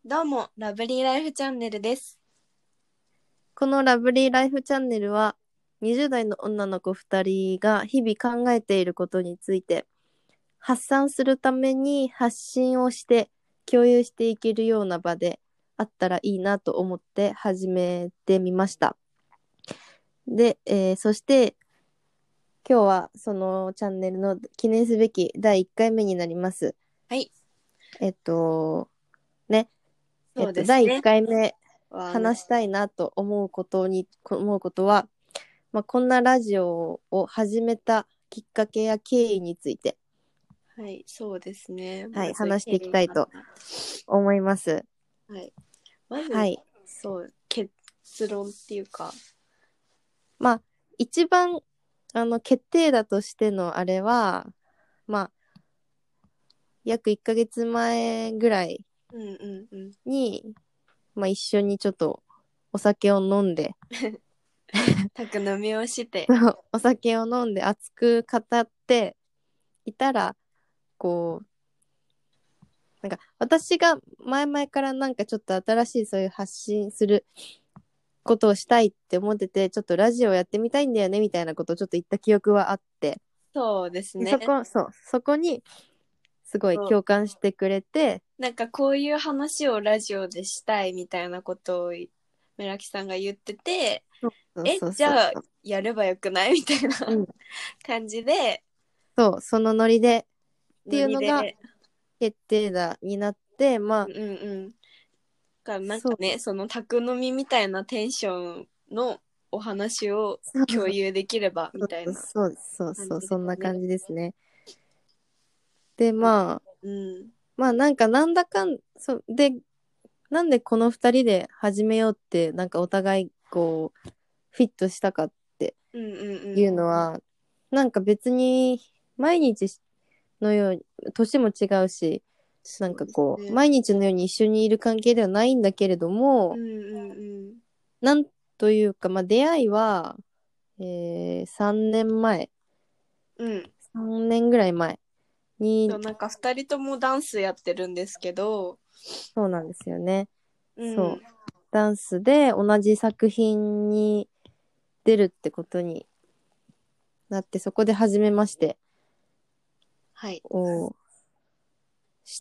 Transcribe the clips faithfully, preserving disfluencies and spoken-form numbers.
どうも、ラブリーライフチャンネルです。 このラブリーライフチャンネルはにじゅう代の女の子ふたりが日々考えていることについて発散するために発信をして共有していけるような場であったらいいなと思って始めてみました。で、えーそして今日はそのチャンネルの記念すべきだいいっかいめになります。 はい、 えっとね、えそうっとだいいっですね。 かいめはな話したいなと思うことに思うことはまあ、こんなラジオを始めたきっかけや経緯について、 はい、そうですね。 はい、 まず話していき経緯かたいと思います。 ら。はい。まず、 はい。 そう、結論っていうか、 まあ、一番、あの、決定打としてのあれは、まあ、約いっかげつまえぐらいうんうんうん。 に、まあ、一緒にちょっとお酒を飲んで、 宅飲みをして、 そうお酒を飲んで熱く語っていたら、こう、なんか私が前々からなんかちょっと新しいそういう発信することをしたいって思ってて、ちょっとラジオやってみたいんだよねみたいなことをちょっと言った記憶はあって、 そうですね。 でそこ、そう、そこにすごいそう共感してくれて、 なんかこういう話をラジオでしたいみたいなことを村木さんが言ってて、 そうえ、 そうそうじゃあそう。 やればよくないみたいなうん。 感じで、 そう、そのノリでってノいうのがリで、 決定打になって、まあ、 うんうんかなんかそう、 ね、その宅飲みみたいなテンションのお話をそう共有できればみたいなそう、そうそう、 感じでそんなすね。 感じですね。で、まあ、 うん。 まあなんかなんだかん、そう、で、なんでこの二人で始めようって、なんかお互いこう、フィットしたかってうんうんいうのは、なんか別に毎日のように、年も違うし、なんかこう、 そうですね。 毎日のように一緒にいる関係ではないんだけれども、 うんうんなんというか、まあ出会いは、えー、さんねんまえ、 うん。うん。 さんねんぐらい前に、 そうなんか二人ともダンスやってるんですけど、 そうなんですよね。 うん。 そう。ダンスで同じ作品に出るってことになって、そこで初めましてはい。 をして、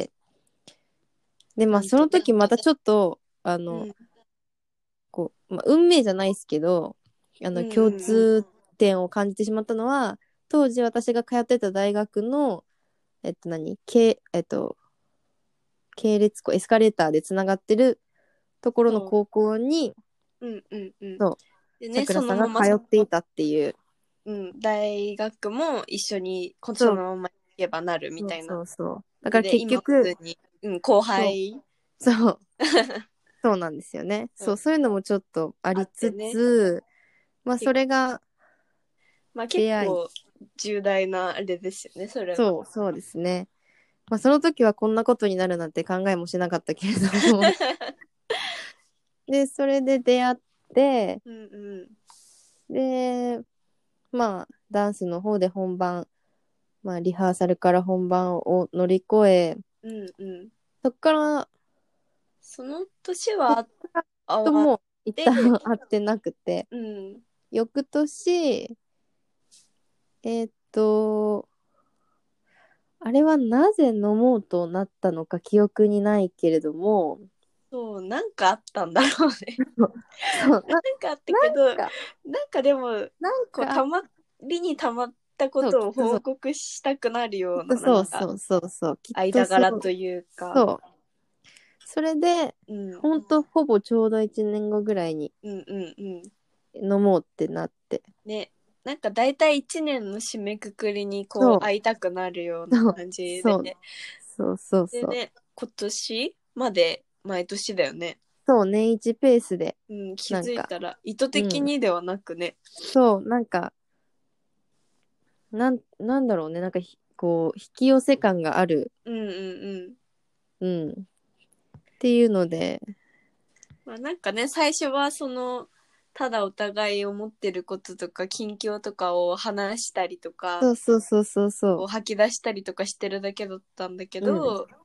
で、まあそのなんとね。 時またちょっと、あの、 うん。 こう、まあ、運命じゃないですけど、あの、 うん共うんうん。 通点を感じてしまったのは、当時私が通ってた大学の、えっと何、系、えっと、系列校、エスカレーターでつながってるところのそう。 高校に、 うんうんうん。 そう、 でね、 さくらさんが通そのまま、 っていたっていう、 うん、大学も一緒にこそそう、 のまま行けばなるみそうたいなそうそう。だから感じで、今普結局、 通に、うん、後そう、 輩そう、そうなんですよね。そう、 うん、 そういうのもちょっとあありつってね、 つ、まあそけれがまあ結出会い、 構重大なあれですよね、それは。 そう、そうですね。まあその時はこんなことになるなんて考えもしなかったけれども、で、それで出会って、 うんうん。 で、まあ、ダンスの方で本番、まあ、リハーサルから本番を乗り越え、 うんうん。 そっから、 その年そっはから会わともう一旦って、 会ってなくて、 うん。 翌年、えーっと、あれはなぜ飲もうとなったのか記憶にないけれども、 そう、なんかあったんだろうね。 そう、な、 なんかあったけど、 なんか、 なんかでも、 なんこう、 か、 たまりにたまったこそう、きとをっとそう、 報告したくなるような、 きっとなんか、 そうそうそうそう、きっと間そう、 柄というか、 そう。それで、 うん。 ほんとほぼちょうどいちねんごぐらいにうんうんうん。 飲もうってなって。 ね、なんか大体一年の締めくくりにこうそう、 会いたくなるようなそう、 感じで、 そう、そうそうそう。 でね、今年まで毎年だよね。 そう、年一ペースで、 うん、気なんか、 づいたら意図的うん、 にではなくね。 そう、なんか、なん、なんだろうね、なんかひ、こう、引き寄せ感がある、 うんうんうん。 うん、っていうので、 まあなんかね、最初はその、ただお互い思ってることとか近況とかを話したりとか、 そうそうそうそうそこう吐き出したりとかしてるだけだったんだけう、うん、 ど、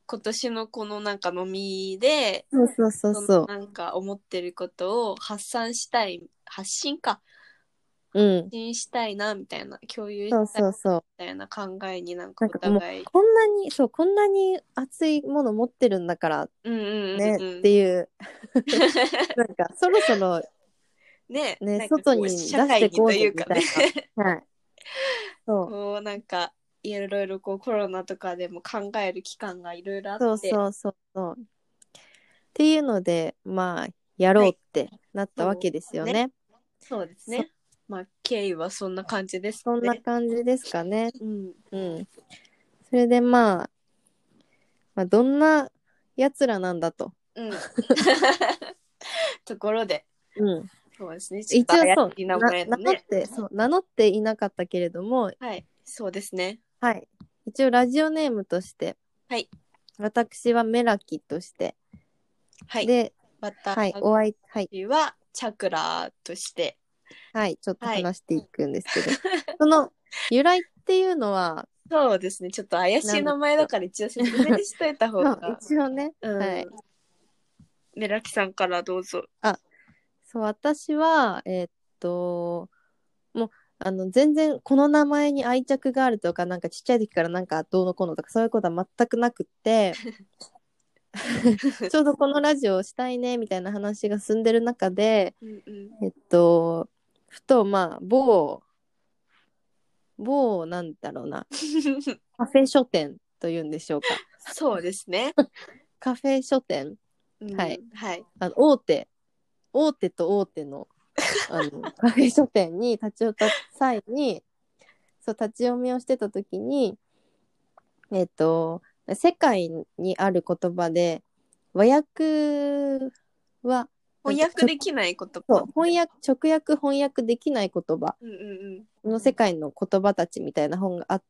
今年のこのなんか飲みで、 そうそうそうそそう。 のなんか思ってることを発散したい、発信か。 うん発。信したいな、みたいな、共有しそうたいそうそう。 みたいな考えになんかおなんかもう、 互い、 こんなに、そう、こんなに熱いもの持ってるんだからうんうんね、 うんうん。 っていう、なんか、そろそろね、 ね、 なんかこう、 外に社会に出してこうぜ、 というかね、 みたいな。はい。そう。 こうなんか、いろいろこうコロナとかでも考える期間がいろいろあって、 そうそうそうそう。っていうので、まあ、やろうはい、 ってなったわけですよね、 ね。 そうですそ、 ね。まあ、経緯はそんな感じですそんなね。 感じですかね。 うん。 うん。それでまあ、まあ、どんな奴らなんだと。 うん。ところで、 うん。 そうですね。ちょっと怪一応そう、 しい名な、 前のね。 名乗って、そう、名乗っていなかったけれども、 はい、そうですね。 はい。一応ラジオネームとして、 はい、 私はメラキとして、 はい。 で、 私はい、お会い、はい、 はチャクラとして、 はい、ちょっとはい。 話していくんですけど、その由来っていうのは、 そうですね。ちょっと怪しい名前だ何でしょう。 から一応説明しといた方そう、 が。 一応ね、はい。 うん。メラキさんからどうぞ。 あ、そう、私は、えーっと、もう、あの、全然この名前に愛着があるとか、なんかちっちゃい時からなんかどうのこうのとか、そういうことは全くなくって、ちょうどこのラジオをしたいね、みたいな話が進んでる中で、 うんうん。 えっと、ふと、まあ、某、某、なんだろうな、カフェ書店というんでしょうか。 そうですね。 カフェ書店。 うはい。 ん。はい。 あの、大手、大手と大手の、あの、カフェ書店に立ち寄った際に、そう、立ち読みをしてた時に、えっと、世界にある言葉で、和訳は、なんて、ちょ、 翻訳できない言葉。 そう、翻訳、直訳翻訳できない言葉うんうんの世界の言葉たちみたいな本があって、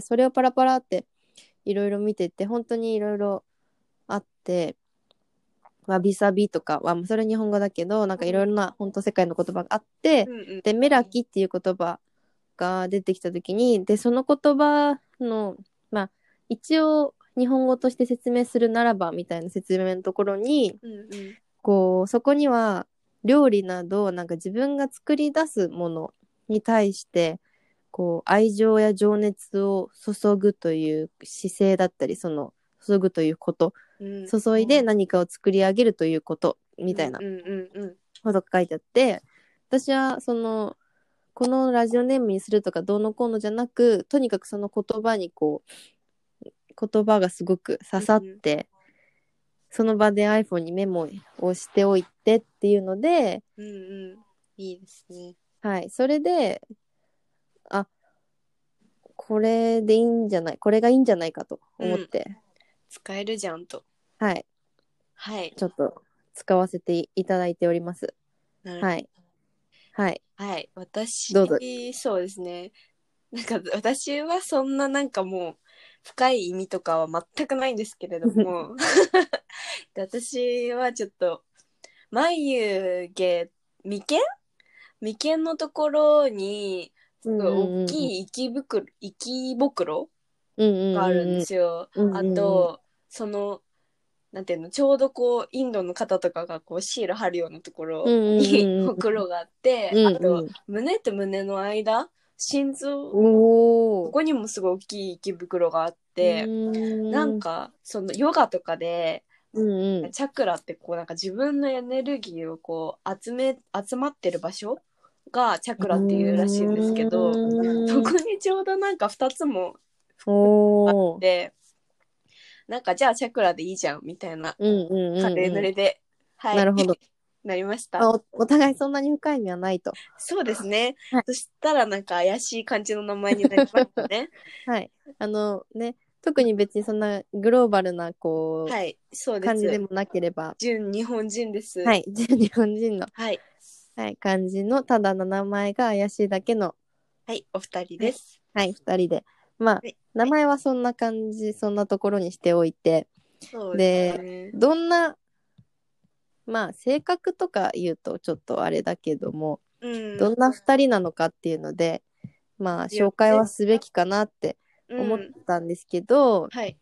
それをパラパラっていろいろ見てて、本当にいろいろあって、わびさびとかは、それ日本語だけど、なんかいろいろな本当世界の言葉があって、 うん。うんうん。 で、メラキっていう言葉が出てきた時に、で、その言葉の、まあ、一応日本語として説明するならばみたいな説明のところに、 うんうん。 こう、そこには料理など、なんか自分が作り出すものに対して、こう、愛情や情熱を注ぐという姿勢だったり、その、注ぐということ、 うん注いで何かを作り上げるということ、みたいなうんうんうんうん。 ことが書いてあって、私はその、このラジオネームにするとかどうのこうのじゃなく、とにかくその言葉にこう、言葉がすごく刺さっうんて、その場で iPhone にメモをしておいてっていうので、 うんうん。いいですね。 はい、それで、あ、これでいいんじゃない、これがいいんじゃないかとうん。 思って、 使えるじゃんと。 はい、 はい。 ちょっと使わせていただいております。 なるはい、はい、 はい。私、 どうぞ。 そうですね。なんか私はそんななんかもう深い意味とかは全くないんですけれどもで私はちょっと眉毛眉間眉間のところにすうんごい大うんうんきい息袋息袋うんうんがあるんでうんすよ。 うんあうんうんとそのなんていうのちょうどこうインドの方とかがこうシール貼るようなところうんにうんほくろがあってうんあとうん胸と胸の間心臓おおここにもすごい大きい息袋があっうて、なんーんかそのヨガとかでうんうんチャクラってこうなんか自分のエネルギーをこう集め集まってる場所がチャクラっていうらしいんですけど、そこうーんにちょうどなんかふたつもあっおーて、なんかじゃあチャクラでいいじゃんみたいなうんうんうん軽いうんノリで、はいなるほど。 なりました。 まあ、お、お互いそんなに深い意味はないと。 そうですね。 はい。 そしたらなんか怪しい感じの名前になりましたね。 はい。あのね、特に別にそんなグローバルな、こう、 はい、そうです。 感じでもなければ、 純日本人です。 はい。日本人の、 はい。 はい、感じの、ただの名前が怪しいだけの、 はい、お二人はい。 です。 はい、二人で。まあ、 はい、 名前はそんな感じ、そんなところにしておいて、 そうですで、 ね。 どんな、まあ、性格とか言うとちょっとあれだけども、 うん。 どんな二人なのかっていうので、まあ、 よ紹介ね。 はすべきかなって思っうん。 たんですけど、 はい。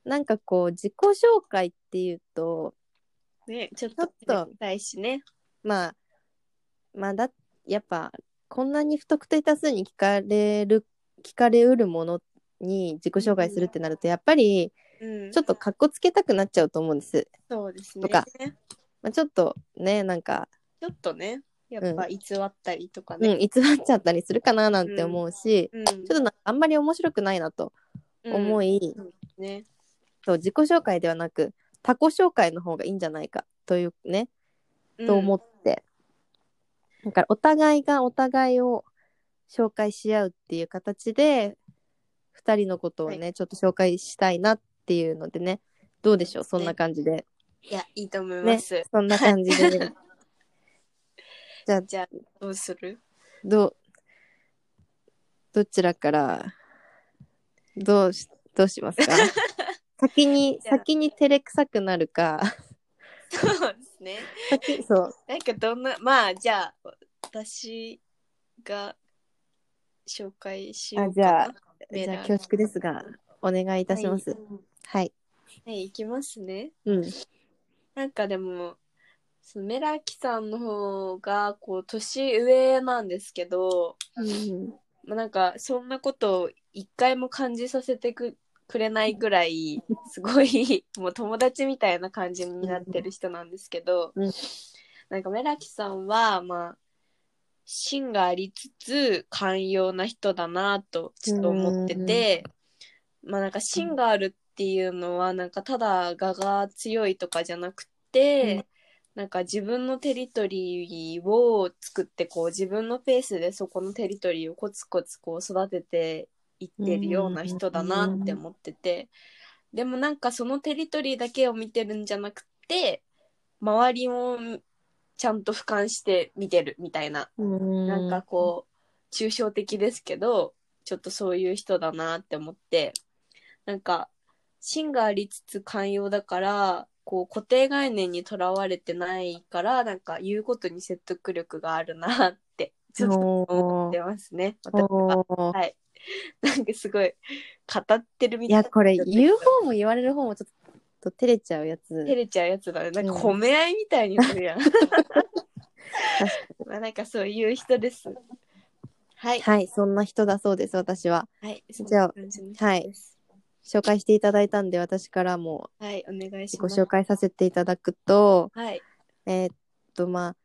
なんかこう自己紹介っていうとね、ちょっちょっととたいしね。 まあまあだやっぱこんなに不特定多数に聞かれる聞かれうるものに自己紹介するってなると、やっぱりうん、 ちょっとかっこつけたくなっちゃうと思うんです。 そうですね。 とか、まあ、ちょっとねなんかちょっとね、やっうんぱ偽ったりとかね。 うん偽っちゃったりするかななんて思うし、 うん、 ちょっとなんかあんまり面白くないなとうん、 思い、 そうね。 そう自己紹介ではなく他己紹介の方がいいんじゃないかというね、と思うん、 って、だからお互いがお互いを紹介し合うっていう形でふたりのことをね、 はい、 ちょっと紹介したいなっていうのでね、どうでしょう、そんなね。 感じでいや、いいと思いまね、 す。 そんなはい。 感じでじゃあじゃあ、どうする？ どうどちらからどうしどうしますか？先にじゃあ、 先に照れくさくなるかそうですね。 先そうなんかどんな、まあ、じゃあ、私が紹介しよあじゃあうかな。メラー。 じゃあ恐縮ですがお願いいたはい。 します。はい。 はい、いきますね。 うん。 なんかでも、そのメラキさんの方が、こう、年上なんですけど、 うん。 まあ、なんか、そんなことを一回も感じさせてく、くれないぐらい、すごい、もう友達みたいな感じになってる人なんですけど、 うん。 なんかメラキさんは、まあ、芯がありつつ寛容な人だなとちょっと思ってて、まあなんか芯があるっていうのはなんかただ我が強いとかじゃなくて、なんか自分のテリトリーを作ってこう自分のペースでそこのテリトリーをコツコツこう育てていってるような人だなって思ってて、でもなんかそのテリトリーだけを見てるんじゃなくて周りもちゃんと俯瞰して見てるみたいな、なんかこう抽象的ですけどちょっとそういう人だなって思って、なんか芯がありつつ寛容だからこう固定概念にとらわれてないからなんか言うことに説得力があるなってちょっと思ってますね、私は。 おはい。なんかすごい語ってるみたいな。 いやこれ言う方も言われる方もちょっと照れちゃうやつ。 照れちゃうやつだね。なんかうん、 褒め合いみたいになるやん。 確かまあなんかそういう人です。はい。 はい、そんな人だそうです、私は。 はい。そんじゃあ、 な感じの人はい、 です。 紹介していただいたんで、私からもはい。お願いしごます。 紹介させていただくと、 はい。 えーっと、まあ、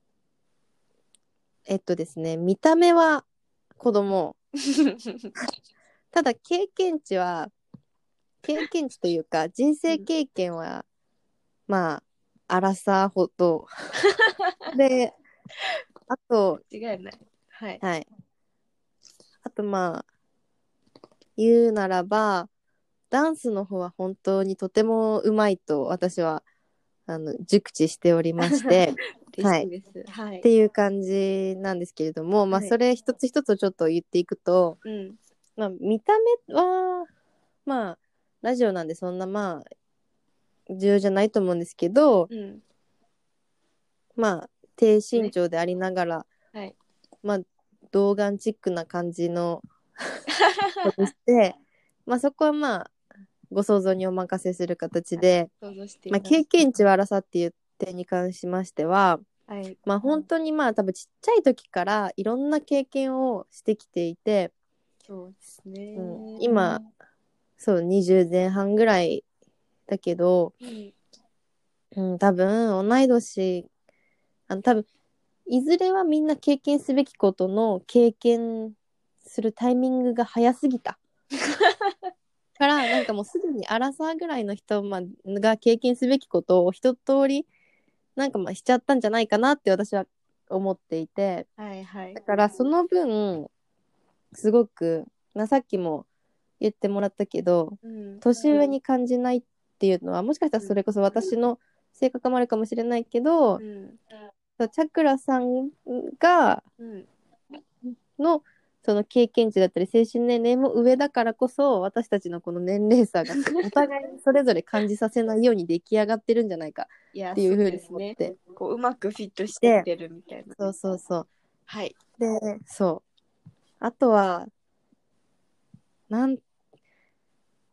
えっとですね、見た目は子供、ただ経験値は、経験値というか、人生経験は、まあ、アラサーほど。で、あと、 間違いない。はい。 はい。あと、まあ、言うならば、ダンスの方は本当にとてもうまいと私はあの熟知しておりまして、はい、っ嬉しいです。はい。 ていう感じなんですけれども、まあはい。 それ一つ一つをちょっと言っていくと、 うん。 まあ見た目はまあラジオなんでそんなまあ重要じゃないと思うんですけど、 うん。 まあ低身ね。 長でありながら、 はい。 まあ童顔チックな感じの子でして、まあそこはまあご想像にお任せする形で、 想像していまあ、 ただいて。 経験値は荒さっていう点に関しましては、 はい。 まあ、本当にまあ多分ちっちゃい時からいろんな経験をしてきていて、 そうですね。 うん、今そうにじゅう前半ぐらいだけど、 うん。 うん、多分同い年あの多分いずれはみんな経験すべきことの経験するタイミングが早すぎたからなんかもうすでにアラサーぐらいの人、ま、が経験すべきことを一通りなんかまあしちゃったんじゃないかなって私は思っていて、 はいはい。 だからその分すごくなさっきも言ってもらったけどうん。 年上に感じないっていうのはもしかしたらそれこそ私の性格もあるかもしれないけど、 うん。 チャクラさんがうん。 のその経験値だったり精神年齢も上だからこそ私たちのこの年齢差がお互いにそれぞれ感じさせないように出来上がってるんじゃないかいや、 っていそううふうにですね。 思って、 こう、うまくフィットしてってるみたいな。 そうそうそう、 はい。 でそうあとはなんでも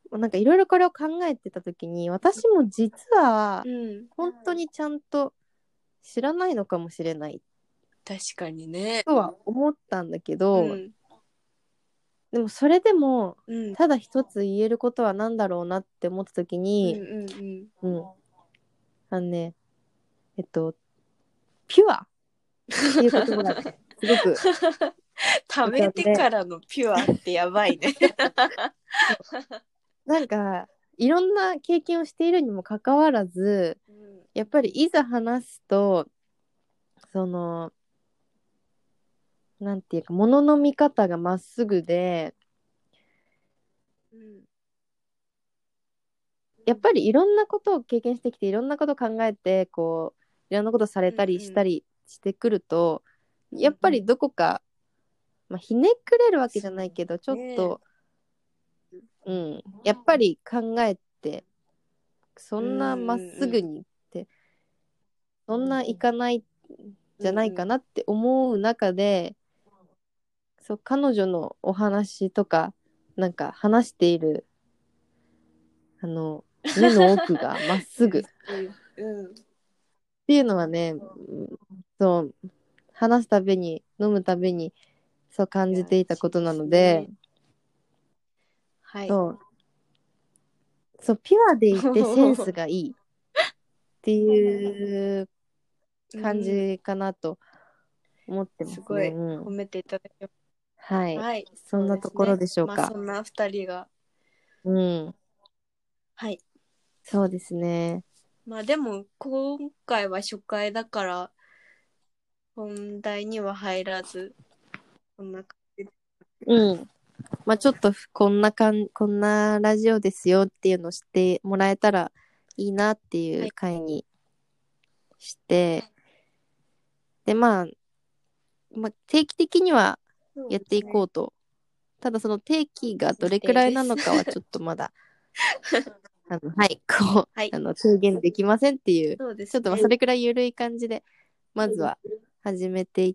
なんかいろいろこれを考えてた時に、私も実はうん本当にちゃんと知らないのかもしれない確かにね。 とは思ったんだけうど、 んでもそれでもうんただ一つ言えることは何だろうなって思った時うんに、 うんうん、あのね、えっと、ピュアっていう言葉がね、すごく食べて浮かんで、 からのピュアってやばいね。 なんか、いろんな経験をしているにもかかわらず、 うんやっぱりいざ話すと、その、なんていうか、ものの見方がまっすぐで、 うんやっぱりいろんなことを経験してきて、いろんなことを考えて、こう、いろんなことされたりしたりしてくると、 うんやっぱりどこか、まあ、ひねくれるわけじゃないけど、ちょっねと、うん、やっぱり考えて、そんなまっすぐにって、そんないかないじゃないかなって思う中で、そう、彼女のお話とか、なんか話している、あの、目の奥がまっすぐっうんうんていうのはね、うんそう、話すたびに、飲むたびに、そう感じていたことなので、 はいそう、そう、ピュアでいてセンスがいいっていう感うんじかなと思ってますね。 すごいうん。 褒めていただきます。 はい。 はい、 そんなところでしょうまあか。 そんな二人が、 うん。 はい。 そうですね。 まあでも今回は初回だから本題には入らず、こんな感じで。 うん。まあちょっとこんなかん、こんなラジオですよっていうのを知ってもらえたらいいなっていう回にして、で、まあ、まあ、定期的にはやっていこうと。ただその定期がどれくらいなのかはちょっとまだ、あの、はい、こう、 はい。 あの、制限できませんっていう、 そうですね。 ちょっとまあそれくらい緩い感じで、まずは始めていって、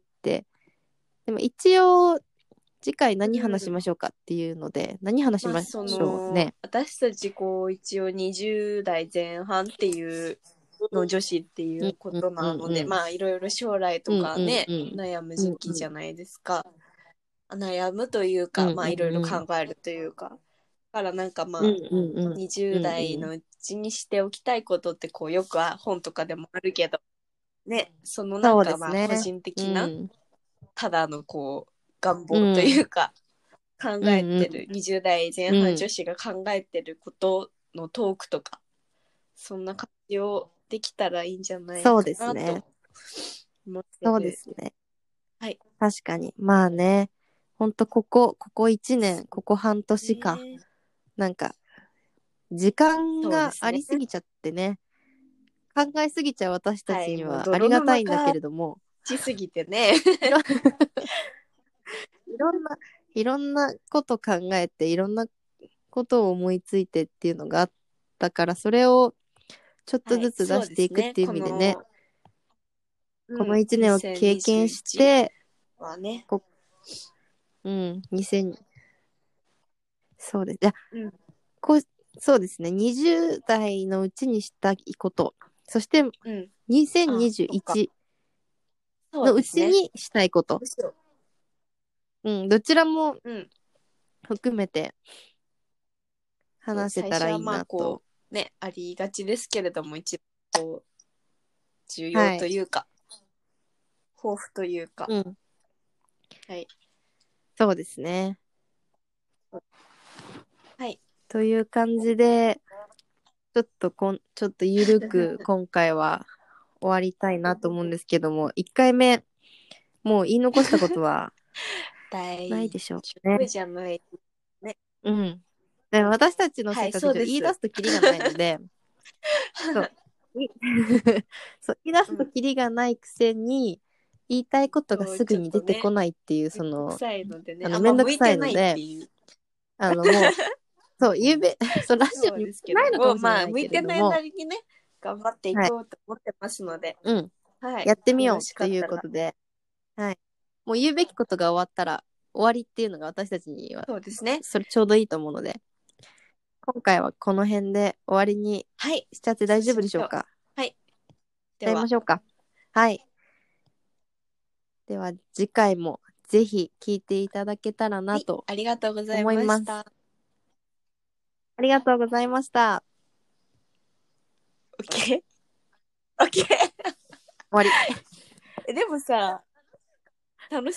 でも一応、次回何話しましょうかっていうので、何話しましまあそのょうね。 私たちこう一応にじゅう代前半っていうの女子っていうんうことなので、 うんうんまあいろいろ将来とうんうんかね、 うん悩む時期じゃないですか。悩むというか、 うんうんまあいろいろ考えるというか。だからなんかまあうんうんうんにじゅう代のうちにしておきたいことってこうよくは本とかでもあるけど、ね、そのなんそうでかすね。 まあ個人う的な、 ん。 ただのこう願う望といん。 うか、考うんえてる、 うん。 にじゅう代前半女子が考えてることのトークとか、そんな感じをできたらいいんじゃないそうかですね。 なと思ってそうでる。 すね。 はい。 確かに。まあね。ほんと、ここ、ここいちねん、ここ半年か。 ね、 なんか、時間がそうですね。 ありすぎちゃってね。考えすぎちゃう私たはい。 ちにもうはありが泥沼たいんだけ化れども、 しすぎてね。 いろ、いろんな、いろんなこと考えて、いろんなことを思いついてっていうのがあったから、それをちょっとはい。 ずつ出そうですね。 していくっていう意こ味でね、 の、 このうん、 いちねんを経験しにせんにじゅういちて、 はね。 こうん、にせん、そうです。いや、 うん。 こう、そうですね、にじゅう代のうちにしたいこと、そしてうん。あ、そっか。 にせんにじゅういちのうそうですね。 ちにしたいこと、 むしろ。 うん、どちらもうん。 含めてそう話せたらいい最初はまあなと。 こう、ね、ありがちですけれども、一番こう、重要はい。 というか、抱負というか、 うん、 はい。 そうですね。 はい。 という感じで、ちょっとこん、ちょっとゆるく今回は終わりたいなと思うんですけども、いっかいめ、もう言い残したことはない大でしょう丈夫ね。 じゃない。ね。 うん。で私たちのはい、 性格上言い出そうです。 すとキリがないので、そう。いそう言い出すとうん。 キリがないくせに、言いたいことがそう、 すぐちょっに出てことね、 ないっていう、 めんどくその、 さいのでね、 あの、 あんまめんどくさ向いてないっていので、 いう。 あの、もう、そう、言うべ、そう、ラジオに向いそうですけども、 てないのかもしれまあ、 ないけれ向いてないなども、 りにね、頑張っていはい。 こうと思ってますので、 うん。 はい。 やってみよろようというしかったら。 ことで、はい。もう言うべきことが終わったら、終わりっていうのが私たちには、 そうですね。 それちょうどいいと思うので、 今回はこの辺で終わりにはい。 しちゃって大丈夫でしょうか。 はい。でやりはましょうか。はい。では次回もぜひ聞いていただけたらなと、 はい、ありがとうござい思いますました。 ありがとうございました。 OK? OK? 終わり。 えでもさ、楽し